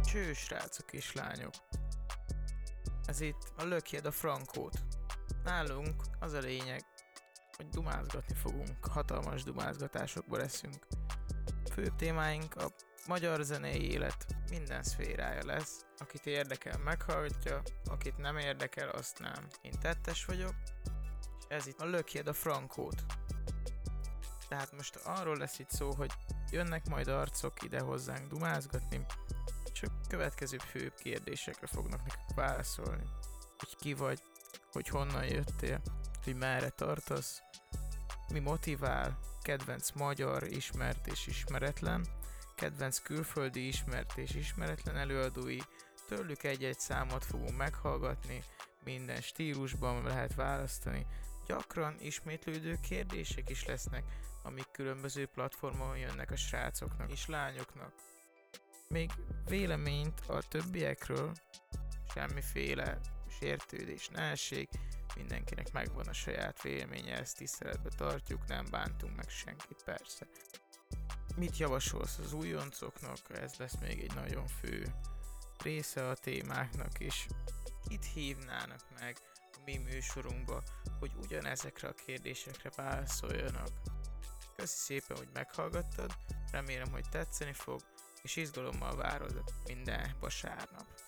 Cső, srácok és lányok! Ez itt a Lökjed a Frankót. Nálunk az a lényeg, hogy dumázgatni fogunk, hatalmas dumázgatásokba leszünk. Főbb témáink a magyar zenei élet minden szférája lesz. Akit érdekel, meghallgatja, akit nem érdekel, azt nem. Én Tettes vagyok, és ez itt a Lökjed a Frankót. Tehát most arról lesz itt szó, hogy jönnek majd arcok ide hozzánk dumázgatni, és a következő főbb kérdésekre fognak nekünk válaszolni. Hogy ki vagy, hogy honnan jöttél, hogy merre tartasz, mi motivál, kedvenc magyar ismert és ismeretlen, kedvenc külföldi ismert és ismeretlen előadói, tőlük egy-egy számot fogunk meghallgatni, minden stílusban lehet választani, gyakran ismétlődő kérdések is lesznek, amik különböző platformon jönnek a srácoknak és lányoknak. Még véleményt a többiekről, semmiféle sértődés ne essék, mindenkinek megvan a saját véleménye, ezt tiszteletbe tartjuk, nem bántunk meg senkit persze. Mit javasolsz az újoncoknak? Ez lesz még egy nagyon fő része a témáknak is. Kit hívnának meg a mi műsorunkba, hogy ugyanezekre a kérdésekre válaszoljanak? Köszi szépen, hogy meghallgattad, remélem, hogy tetszeni fog, és izgalommal várod minden vasárnap.